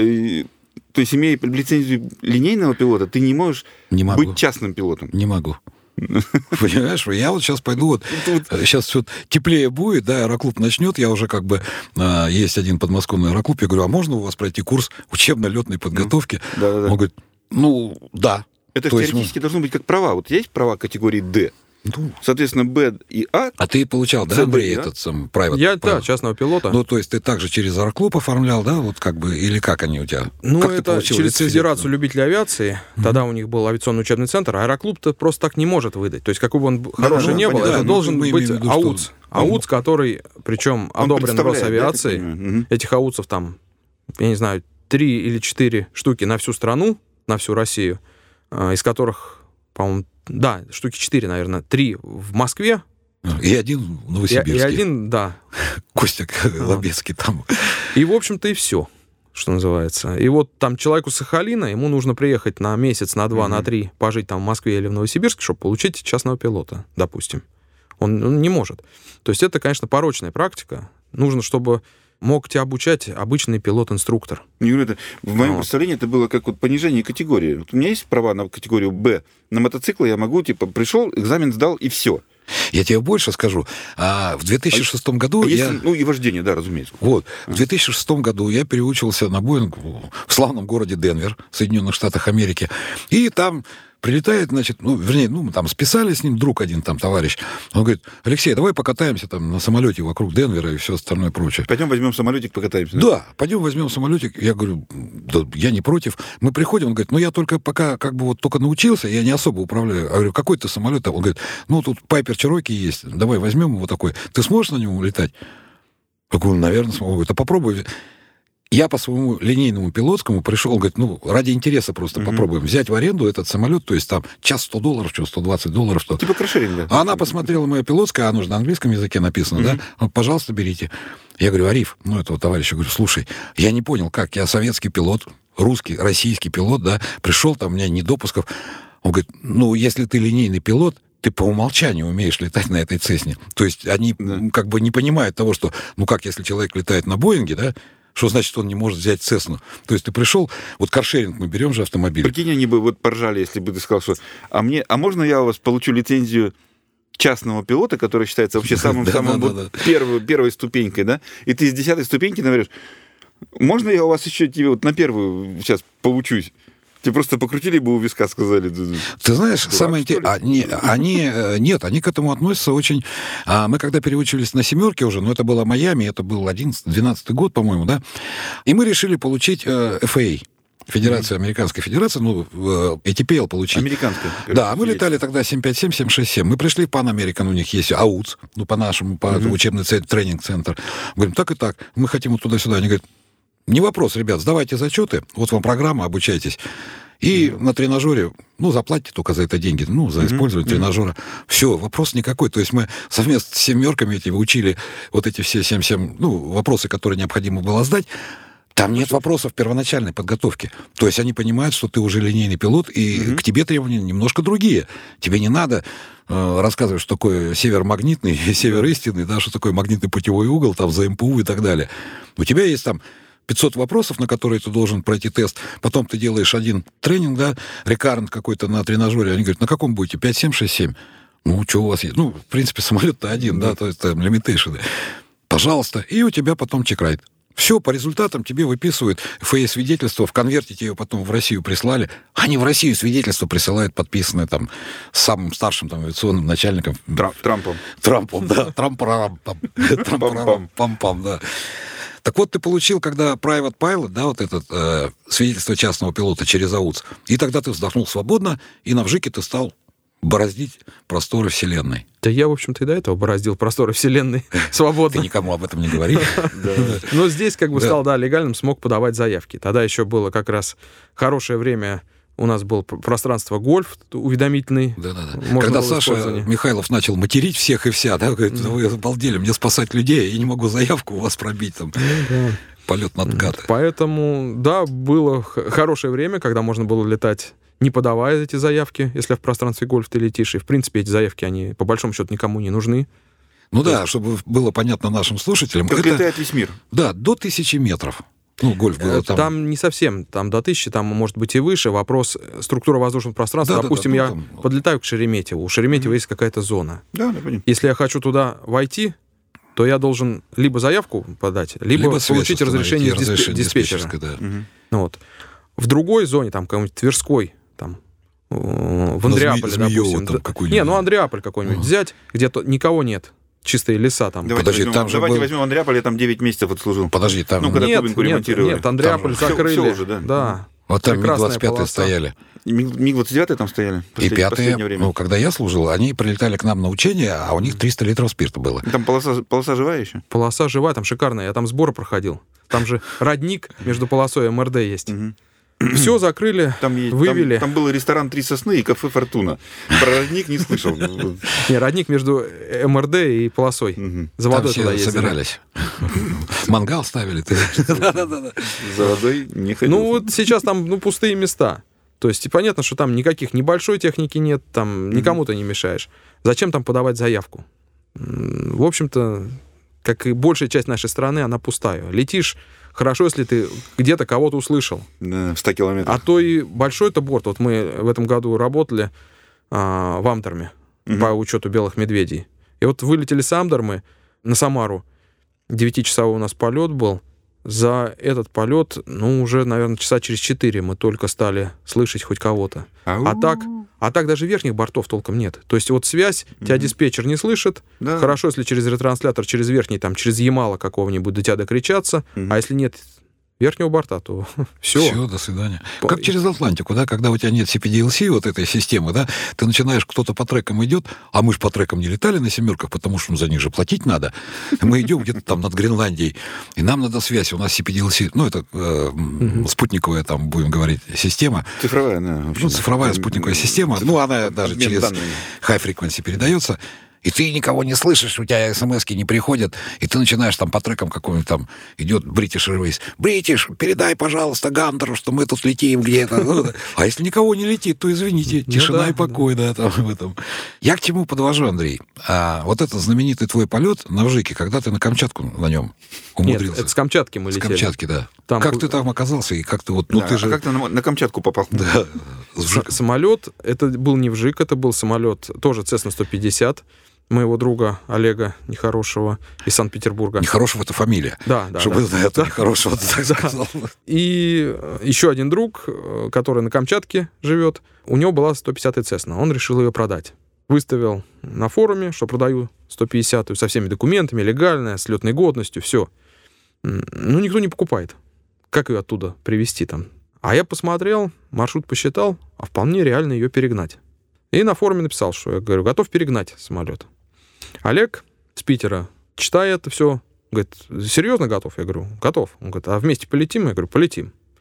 то есть, имея лицензию линейного пилота, ты не можешь быть частным пилотом. Не могу. Понимаешь, я вот сейчас пойду, сейчас все теплее будет, да, аэроклуб начнет, я уже как бы, есть один подмосковный аэроклуб, я говорю, а можно у вас пройти курс учебно-летной подготовки? Да. Он говорит, да. Это же теоретически должно быть как права. Вот есть права категории D. Соответственно, Б и А. А ты получал, да, Андрей, этот сам private? Я, да, частного пилота. Ну, то есть ты также через аэроклуб оформлял, да, вот как бы, или как они у тебя? Ну, как это через Федерацию любителей авиации. Тогда у них был авиационный учебный центр. Аэроклуб-то просто так не может выдать. То есть, какой бы он хороший не был, это должен быть АУЦ. АУЦ, который, причем, одобрен Росавиацией. Этих АУЦов там, я не знаю, 3 или 4 штуки на всю страну, на всю Россию, из которых, по-моему, штуки 4, наверное. 3 в Москве. И 1 в Новосибирске. И 1, да. Костя Лобецкий там. И, в общем-то, и все, что называется. И вот там человеку с Сахалина, ему нужно приехать на месяц, на 2, на 3, пожить там в Москве или в Новосибирске, чтобы получить частного пилота, допустим. Он не может. То есть это, конечно, порочная практика. Нужно, чтобы мог тебя обучать обычный пилот-инструктор. В моем представлении это было как вот понижение категории. Вот у меня есть права на категорию Б. На мотоцикле я могу, пришел, экзамен сдал, и все. Я тебе больше скажу. В 2006 году и вождение, да, разумеется. Вот. В 2006 году я переучился на Боинг в славном городе Денвер, Соединенных Штатах Америки. И там прилетает, значит, мы там списали с ним, друг один там, товарищ. Он говорит, Алексей, давай покатаемся там на самолете вокруг Денвера и все остальное прочее. Пойдем возьмем самолетик, покатаемся. Да, пойдем возьмем самолетик. Я говорю, да, я не против. Мы приходим, он говорит, я только пока только научился, я не особо управляю. Я говорю, какой ты самолет? Он говорит, тут Пайпер Чероки есть, давай возьмем его такой. Ты сможешь на нем летать? Я говорю, наверное, смогу. Он говорит, а попробуй. Я по своему линейному пилотскому пришел, говорит, ради интереса просто попробуем взять в аренду этот самолет, то есть там час $100, что $120, что. Типа крашеринга. А она посмотрела мое пилотское, оно же на английском языке написано, да? Вот, пожалуйста, берите. Я говорю, Ариф, этого товарища, говорю, слушай, я не понял, как, я советский пилот, русский, российский пилот, да, пришел, там у меня ни допусков. Он говорит, если ты линейный пилот, ты по умолчанию умеешь летать на этой Цесне. То есть они как бы не понимают того, что, если человек летает на Боинге, да, что значит, он не может взять Цесну? То есть ты пришел, вот каршеринг мы берем же автомобиль. Прикинь, они бы поржали, если бы ты сказал, что а можно я у вас получу лицензию частного пилота, который считается вообще самым первой ступенькой, да? И ты с 10-й ступеньки наверное, можно я у вас еще на первую сейчас поучусь? Тебе просто покрутили бы у виска, сказали. Ты знаешь, самое интересное, они к этому относятся очень... Мы когда переучивались на «семерке» уже, это было Майами, это был 11-12 год, по-моему, да, и мы решили получить FAA, Федерация, Американская Федерация, ATPL получить. Американская. Да, мы летали тогда 757, 767. Мы пришли в Pan American, у них есть АУЦ, по-нашему, учебный тренинг-центр. Говорим, так и так, мы хотим туда-сюда. Они говорят, не вопрос, ребят, сдавайте зачеты, вот вам программа, обучайтесь. И на тренажере, заплатите только за это деньги, за использование тренажера. Все, вопрос никакой. То есть мы совместно с семерками этими учили вот эти все 7 вопросы, которые необходимо было сдать. Там нет вопросов первоначальной подготовки. То есть они понимают, что ты уже линейный пилот, и к тебе требования немножко другие. Тебе не надо рассказывать, что такое север магнитный, север истинный, да, что такое магнитный путевой угол, там, за МПУ и так далее. У тебя есть там 500 вопросов, на которые ты должен пройти тест. Потом ты делаешь один тренинг, да, рекаррент какой-то на тренажере. Они говорят, на каком будете? 5-7, 6-7? Что у вас есть? В принципе, самолет-то один, да, то есть там лимитейшены. Пожалуйста. И у тебя потом чекрайт. Все, по результатам тебе выписывают ФС-свидетельство, в конверте тебе потом в Россию прислали. Они в Россию свидетельство присылают, подписанное там с самым старшим там авиационным начальником. Трампом, да. Трампом, да. Так вот, ты получил, когда private pilot, да, вот это свидетельство частного пилота через АУЦ, и тогда ты вздохнул свободно, и на вжике ты стал бороздить просторы Вселенной. Да я, в общем-то, и до этого бороздил просторы Вселенной свободно. Ты никому об этом не говори. Но здесь стал, легальным, смог подавать заявки. Тогда еще было как раз хорошее время. У нас было пространство гольф уведомительный. Да. Когда Саша Михайлов начал материть всех и вся, да, говорит, вы обалдели, мне спасать людей, я не могу заявку у вас пробить, там, полет над ГАТ. Поэтому, да, было хорошее время, когда можно было летать, не подавая эти заявки, если в пространстве гольф ты летишь. И, в принципе, эти заявки, они, по большому счету, никому не нужны. Чтобы было понятно нашим слушателям. Как летает весь мир. Да, до 1000 метров. Гольф было там. Там не совсем, там до 1000, там может быть и выше. Вопрос структуры воздушного пространства. Допустим, я подлетаю к Шереметьеву. У Шереметьева есть какая-то зона. Да, понятно. Если я хочу туда войти, то я должен либо заявку подать, либо получить разрешение диспетчера. Да. В другой зоне, там, какой-нибудь Тверской, там, в Андреаполе, допустим. Андреаполь какой-нибудь взять, где-то никого нет. Чистые леса там. Давайте возьмем Андреаполь, я там 9 месяцев отслужил. Подожди, там... когда Кубинку ремонтировали. Нет, Андреаполь закрыли. Все уже, да. Вот там МиГ-25 стояли. МиГ-29 там стояли. И 5-е, когда я служил, они прилетали к нам на учения, а у них 300 литров спирта было. Там полоса живая еще? Полоса живая, там шикарная. Я там сборы проходил. Там же родник между полосой и МРД есть. Все закрыли, вывели. Там был ресторан «Три сосны» и кафе «Фортуна». Про родник не слышал. Не, родник между МРД и полосой. За водой туда ездили. Собирались. Мангал ставили. За водой не ходил. Сейчас там пустые места. То есть понятно, что там никаких небольшой техники нет, там никому ты не мешаешь. Зачем там подавать заявку? В общем-то, как и большая часть нашей страны, она пустая. Летишь. Хорошо, если ты где-то кого-то услышал. Да, в 100 километрах. А то и большой-то борт. Вот мы в этом году работали в Амдерме по учету белых медведей. И вот вылетели с Амдермы на Самару. 9-часовой у нас полет был. За этот полет, уже, наверное, часа через 4 мы только стали слышать хоть кого-то. А так даже верхних бортов толком нет. То есть вот связь, тебя диспетчер не слышит. Да. Хорошо, если через ретранслятор, через верхний, там, через Ямала какого-нибудь до тебя докричаться. А если нет верхнего борта, то все. Все, до свидания. Как через Атлантику, да, когда у тебя нет CPDLC, вот этой системы, да, ты начинаешь, кто-то по трекам идет, а мы же по трекам не летали на семерках, потому что за них же платить надо. Мы идем где-то там над Гренландией, и нам надо связь, у нас CPDLC, это спутниковая, там, будем говорить, система. Цифровая, да. Цифровая спутниковая система, она даже через high frequency передается. И ты никого не слышишь, у тебя смс-ки не приходят, и ты начинаешь там по трекам какой-нибудь там, идет British Airways. Бритиш, передай, пожалуйста, Гандеру, что мы тут летим где-то. А если никого не летит, то извините, тишина и покой, да, там в этом. Я к чему подвожу, Андрей? Вот этот знаменитый твой полет на Вжике, когда ты на Камчатку на нем умудрился. Нет, это с Камчатки мы летели. С Камчатки, да. Как ты там оказался, и как ты вот... ты же... как ты на Камчатку попал? Да. Самолет, это был не Вжик, это был самолет, тоже Cessna 150, моего друга Олега Нехорошего из Санкт-Петербурга. Нехорошего — это фамилия. Да. Чтобы это Нехорошего ты так сказал. И еще один друг, который на Камчатке живет, у него была 150-я Cessna. Он решил ее продать. Выставил на форуме, что продаю 150-ю со всеми документами, легальная, с летной годностью, все. Никто не покупает. Как ее оттуда привезти там? А я посмотрел, маршрут посчитал, а вполне реально ее перегнать. И на форуме написал, что я говорю, готов перегнать самолет. Олег с Питера, читая это все, говорит, серьезно готов? Я говорю, готов. Он говорит, а вместе полетим? Я говорю, полетим.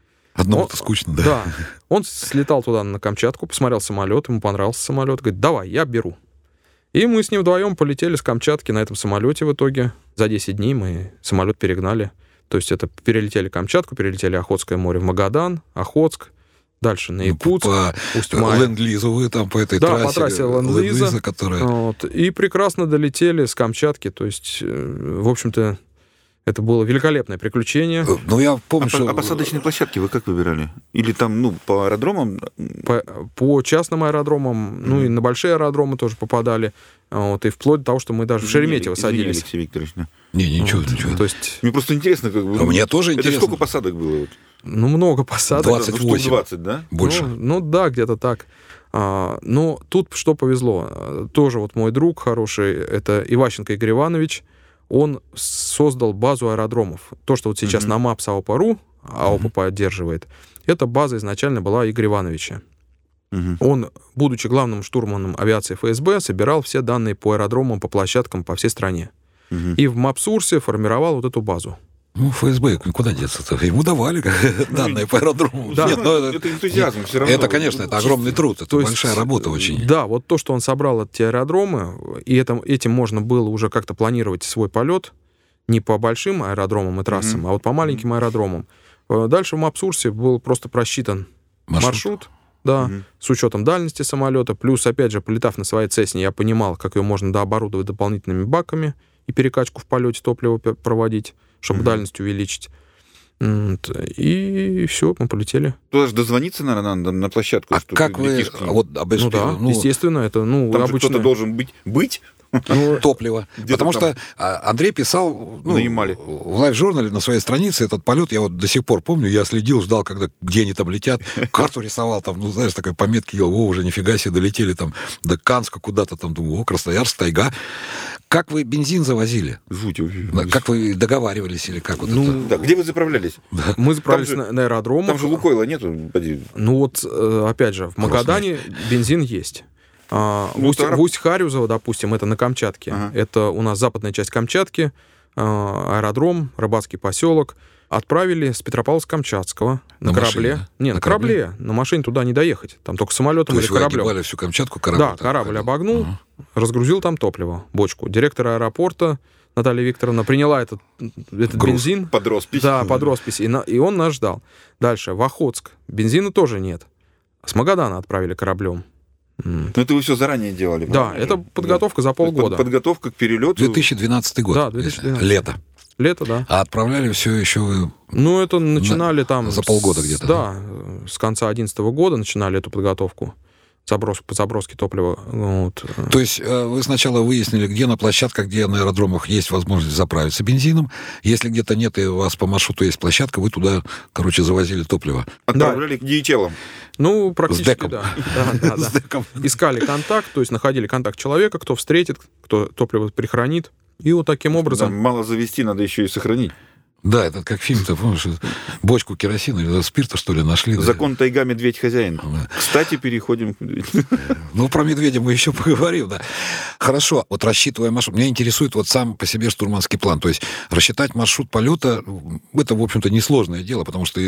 Одному-то скучно, да? Да. Он слетал туда на Камчатку, посмотрел самолет, ему понравился самолет, говорит, давай, я беру. И мы с ним вдвоем полетели с Камчатки на этом самолете в итоге. За 10 дней мы самолет перегнали. То есть это перелетели Камчатку, перелетели Охотское море в Магадан, Охотск, дальше на Якутск, Усть-Май. Ленд-Лизу вы там по этой трассе. Да, по трассе Ленд-Лиза. Которая... Вот, и прекрасно долетели с Камчатки. То есть, в общем-то, это было великолепное приключение. Ну, я помню, что... А посадочные площадки вы как выбирали? Или там, по аэродромам? По частным аэродромам, ну, и на большие аэродромы тоже попадали. Вот, и вплоть до того, что мы даже в Шереметьево садились. Алексей Викторович, да. Ничего. То есть... Мне просто интересно, как бы... Мне тоже интересно. Это сколько посадок было? Ну, много посадок. 28. 20, да? Больше. Ну, да, где-то так. Но тут что повезло. Тоже вот мой друг хороший, это Иващенко Игорь Иванович, он создал базу аэродромов. То, что вот сейчас на Maps АОП.ру, АОП поддерживает, эта база изначально была Игоря Ивановича. Он, будучи главным штурманом авиации ФСБ, собирал все данные по аэродромам, по площадкам по всей стране. И в MapSource формировал вот эту базу. Ну, ФСБ, куда деться-то? Ему давали данные по аэродрому. Да. Нет, это энтузиазм все равно. Это, конечно, это огромный труд, это большая работа очень. Да, вот то, что он собрал эти аэродромы, и этим можно было уже как-то планировать свой полет не по большим аэродромам и трассам, а вот по маленьким аэродромам. Дальше в MapSource был просто просчитан маршрут, да, с учетом дальности самолета, плюс, опять же, полетав на своей Цесне, я понимал, как ее можно дооборудовать дополнительными баками и перекачку в полете топлива проводить, чтобы дальность увеличить. И все, мы полетели. Туда же дозвониться, наверное, надо на площадку. А как вы... Ну да, естественно, это там обычно... же кто-то должен быть? Топливо. Потому что Андрей писал в лайв-журнале на своей странице этот полет, я вот до сих пор помню, я следил, ждал, где они там летят, карту рисовал, там, ну, знаешь, такой пометки делал, уже нифига себе, долетели там до Канска куда-то, там, думаю, Красноярск, тайга. Как вы бензин завозили? Жуть. Как вы договаривались или как? Да, где вы заправлялись? Мы заправились на аэродромах. Там же Лукойла нету? Ну вот, опять же, в Магадане бензин есть. В Усть-Харюзово, допустим, это на Камчатке. Это у нас западная часть Камчатки, аэродром, рыбацкий поселок. Отправили с Петропавловска-Камчатского на корабле. Машине, да? Не, на корабле. На машине туда не доехать. Там только самолетом или кораблем. То есть вы всю Камчатку, корабль? Да, корабль обогнул, разгрузил там топливо, бочку. Директор аэропорта Наталья Викторовна приняла этот бензин. Под роспись. Да, под роспись. И он нас ждал. Дальше, в Охотск. Бензина тоже нет. С Магадана отправили кораблем. Но это вы все заранее делали? Да, это подготовка за полгода. Подготовка к перелету? 2012 год. Да, 2012. Лето. Лето, да. А отправляли все еще вы... Ну, это начинали там... За полгода где-то. Да, с конца 2011 года начинали эту подготовку. По заброске топлива. Вот. То есть вы сначала выяснили, где на площадках, где на аэродромах есть возможность заправиться бензином. Если где-то нет, и у вас по маршруту есть площадка, вы туда, завозили топливо. Отправляли к DHL. Ну, практически, с деком. Да. С деком. Искали контакт, то есть находили контакт человека, кто встретит, кто топливо прихранит. И вот таким образом... Там мало завести, надо еще и сохранить. Да, это как фильм-то, помнишь, бочку керосина или спирта, что ли, нашли. Закон тайга, медведь хозяин. Да. Кстати, переходим... Ну, про медведя мы еще поговорим, да. Хорошо, вот рассчитывая маршрут, меня интересует вот сам по себе штурманский план. То есть рассчитать маршрут полета, это, в общем-то, несложное дело, потому что,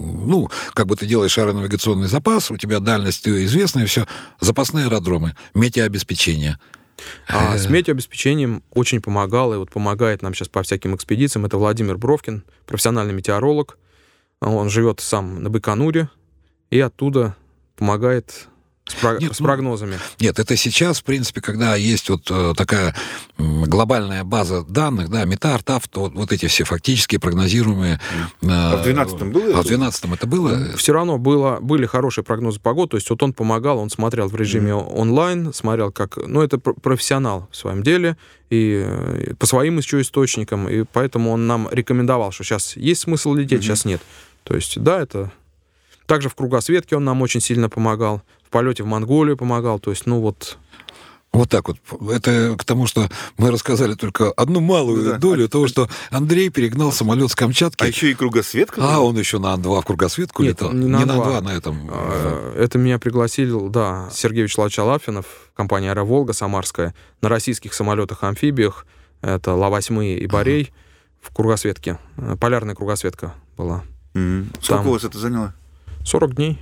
ты делаешь аэронавигационный запас, у тебя дальность известная, все, запасные аэродромы, метеообеспечение. С метеообеспечением очень помогал, и вот помогает нам сейчас по всяким экспедициям, это Владимир Бровкин, профессиональный метеоролог. Он живет сам на Байконуре, и оттуда помогает с прогнозами. Нет, это сейчас, в принципе, когда есть вот такая глобальная база данных, да, МЕТАР, ТАФ, то вот эти все фактические прогнозируемые... А в 2012-м было? А в 2012-м это было? Все равно были хорошие прогнозы погоды, то есть вот он помогал, он смотрел в режиме онлайн, смотрел как... Ну, это профессионал в своем деле, и по своим еще источникам, и поэтому он нам рекомендовал, что сейчас есть смысл лететь, сейчас нет. То есть, да, это... Также в кругосветке он нам очень сильно помогал, в полете в Монголию помогал, то есть, Вот так вот. Это к тому, что мы рассказали только одну малую долю того, что Андрей перегнал самолет с Камчатки. А еще и кругосветка? Он еще на Ан-2 в кругосветку летал. Не на Ан-2, на этом. Это меня пригласил, Сергей Вячеславович Алафинов, компания «Аэроволга» самарская, на российских самолетах-амфибиях, это Ла-8 и Борей, в кругосветке. Полярная кругосветка была. Сколько у вас это заняло? 40 дней.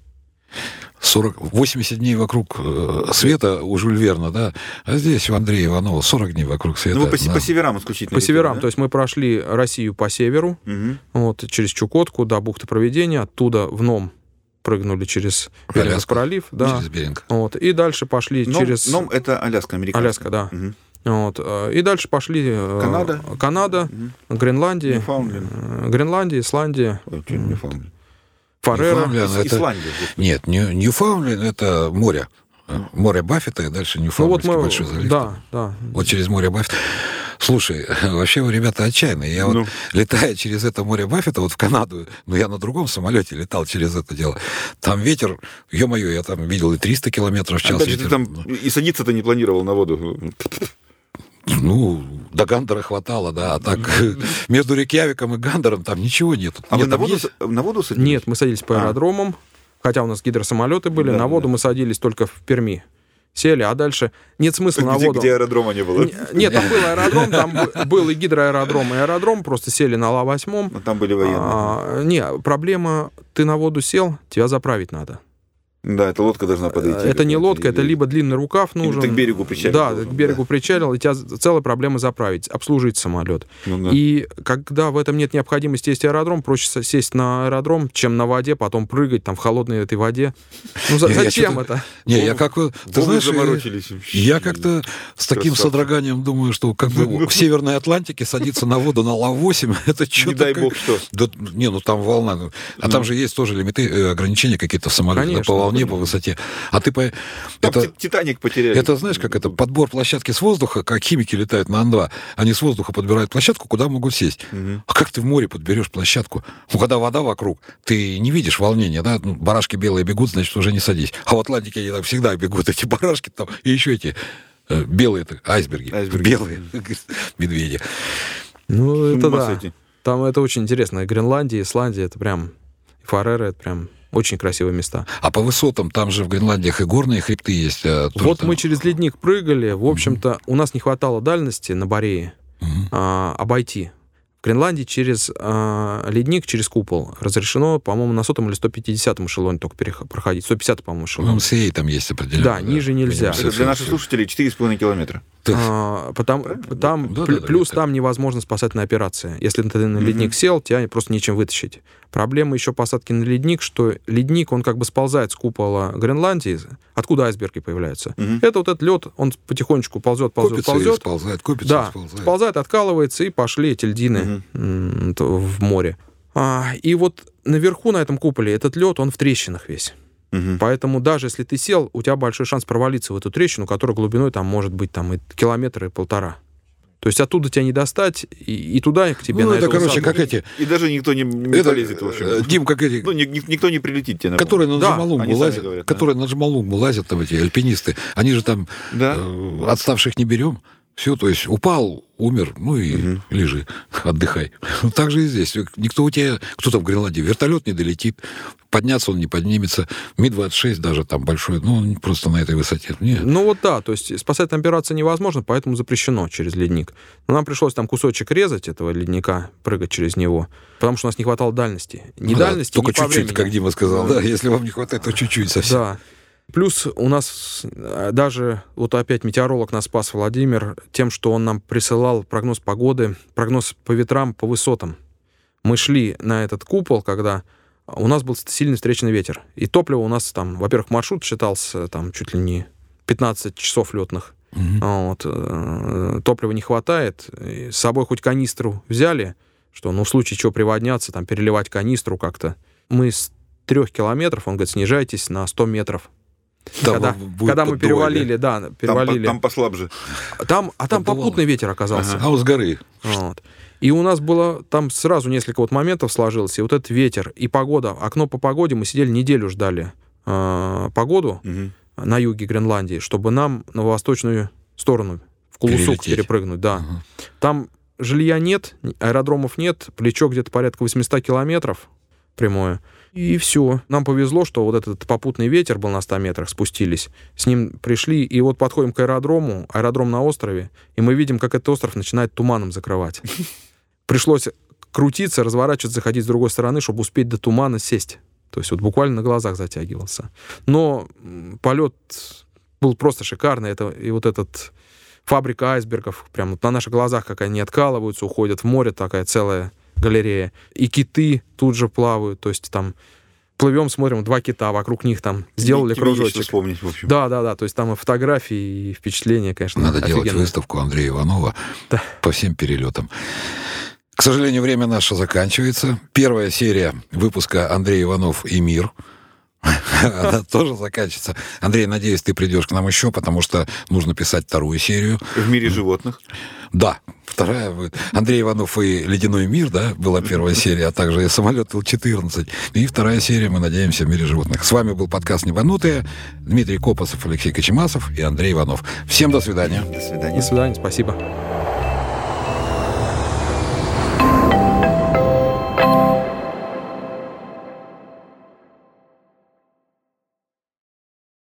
80 дней вокруг света у Жюль Верна, да? А здесь у Андрея Иванова 40 дней вокруг света. Ну, вы по северам исключительно. По северам, да? То есть мы прошли Россию по северу, вот, через Чукотку до бухты Провидения, оттуда в Ном прыгнули через Берингов пролив. Да. Через Беринг. Вот, и дальше пошли через... Ном — это Аляска, американская. Аляска, да. Вот, и дальше пошли Канада, Гренландия, Исландия, Фарера. Исландия. Нет, Ньюфаундленд — это море. Море Баффета, и дальше Ньюфаундленд, большой залив. Да. Вот через море Баффета. Слушай, вообще вы, ребята, отчаянные. Я вот, летая через это море Баффета, вот в Канаду, я на другом самолете летал через это дело. Там ветер, ё-моё, я там видел и 300 километров в час. Опять же, ты там и садиться-то не планировал на воду. Ну, до Гандера хватало, да. А так между Рейкьявиком и Гандером там ничего нет. А вы на воду садились? Нет, мы садились по аэродромам, хотя у нас гидросамолеты были. На воду мы садились только в Перми. Сели, а дальше нет смысла на воду. Где аэродрома не было? Нет, там был аэродром, там был и гидроаэродром, и аэродром, просто сели на Ла-8. Но там были военные. Не, проблема, ты на воду сел, тебя заправить надо. Да, эта лодка должна подойти. Это не лодка, это либо длинный рукав нужен. Ты к берегу причалил. Да, к берегу причалил, и тебя целая проблема заправить, обслужить самолет. И когда в этом нет необходимости есть аэродром, проще сесть на аэродром, чем на воде, потом прыгать там в холодной этой воде. Ну зачем это? Не, я как ты знаешь, я как-то с таким содроганием думаю, что как бы в Северной Атлантике садиться на воду на Ла-8, это что-то... Не дай бог что. Не, ну там волна. А там же есть тоже лимиты, ограничения какие-то в самолете по волне, по высоте. А ты по... Титаник потеряли. Это знаешь, как это подбор площадки с воздуха, как химики летают на Ан-2. Они с воздуха подбирают площадку, куда могут сесть. А как ты в море подберешь площадку? Ну, когда вода вокруг, ты не видишь волнения, да? Ну, барашки белые бегут, значит, уже не садись. А в Атлантике они там всегда бегут, эти барашки там, и еще эти белые айсберги. Белые медведи. Ну, это да. Там это очень интересно. Гренландия, Исландия, это прям... Фареры, это прям... Очень красивые места. А по высотам там же в Гренландиях и горные хребты есть. Вот там... мы через ледник прыгали. В общем-то, у нас не хватало дальности на Борее обойти. В Гренландии через ледник, через купол разрешено, по-моему, на 100-м или 150-м эшелоне только проходить. 150-й, по-моему, эшелон. МСА там есть определенно. Да, ниже нельзя. Это для наших слушателей 4,5 километра. Плюс там невозможно спасательная операция. Если ты на ледник сел, тебя просто нечем вытащить. Проблема еще посадки на ледник, что ледник, он как бы сползает с купола Гренландии, откуда айсберги появляются. Это вот этот лед, он потихонечку ползет. Сползает, откалывается, и пошли эти льдины в море. И вот наверху на этом куполе этот лед, он в трещинах весь. Поэтому даже если ты сел, у тебя большой шанс провалиться в эту трещину, которая глубиной там может быть там, и километр, и 1,5. То есть оттуда тебя не достать, и туда к тебе на это, короче, как эти... И даже никто не полезет, в общем. Дим, как эти... Ну, никто не прилетит тебе на помощь. Которые на Джомолунгму лазят, говорят, которые на Джомолунгму лазят, там эти альпинисты. Они же там отставших не берем. Все, то есть упал, умер, ну и лежи, отдыхай. Так же и здесь. Никто у тебя, кто там в Гренландии, вертолет не долетит, подняться он не поднимется. Ми-26 даже там большой, ну, он просто на этой высоте. Нет. Ну вот да, то есть спасательная операция невозможна, поэтому запрещено через ледник. Но нам пришлось там кусочек резать этого ледника, прыгать через него, потому что у нас не хватало дальности. Ни дальности, только ни по чуть-чуть, времени. как Дима сказал, да, если вам не хватает, то чуть-чуть совсем. Да. Плюс у нас даже, вот опять метеоролог нас спас, Владимир, тем, что он нам присылал прогноз погоды, прогноз по ветрам, по высотам. Мы шли на этот купол, когда у нас был сильный встречный ветер. И топливо у нас там, во-первых, маршрут считался там чуть ли не 15 часов летных. Вот. Топлива не хватает. И с собой хоть канистру взяли, что, ну, в случае чего приводняться, там, переливать канистру как-то. Мы с 3 километров, он говорит, снижайтесь на 100 метров. Когда мы перевалили, перевалили. Там послабже. Там попутный ветер оказался. А с горы. Вот. И у нас было там сразу несколько вот моментов сложилось, и вот этот ветер, и погода. Окно по погоде, мы сидели неделю, ждали погоду на юге Гренландии, чтобы нам на восточную сторону, в Кулусук перепрыгнуть. Да. Там жилья нет, аэродромов нет, плечо где-то порядка 800 километров прямое. И все. Нам повезло, что вот этот попутный ветер был на 100 метрах, спустились. С ним пришли, и вот подходим к аэродрому, аэродром на острове, и мы видим, как этот остров начинает туманом закрывать. Пришлось крутиться, разворачиваться, заходить с другой стороны, чтобы успеть до тумана сесть. То есть вот буквально на глазах затягивался. Но полет был просто шикарный. И вот этот фабрика айсбергов, прямо вот на наших глазах, как они откалываются, уходят в море, такая целая галерея. И киты тут же плавают, то есть там плывем, смотрим, 2 кита, вокруг них там сделали кружочек. Есть вспомнить, в общем. Да, то есть там и фотографии, и впечатления, конечно, Надо офигенные. делать выставку Андрея Иванова по всем перелетам. К сожалению, время наше заканчивается. Первая серия выпуска «Андрей Иванов и мир». Она тоже заканчивается. Андрей, надеюсь, ты придешь к нам еще, потому что нужно писать 2-ю серию. В мире животных. Да, 2-я будет. Андрей Иванов и «Ледяной мир», да, была 1-я серия, а также и «Самолет Ил-14». И 2-я серия, мы надеемся, в мире животных. С вами был подкаст «Небанутые». Дмитрий Копосов, Алексей Кочемасов и Андрей Иванов. Всем до свидания. До свидания. До свидания, спасибо.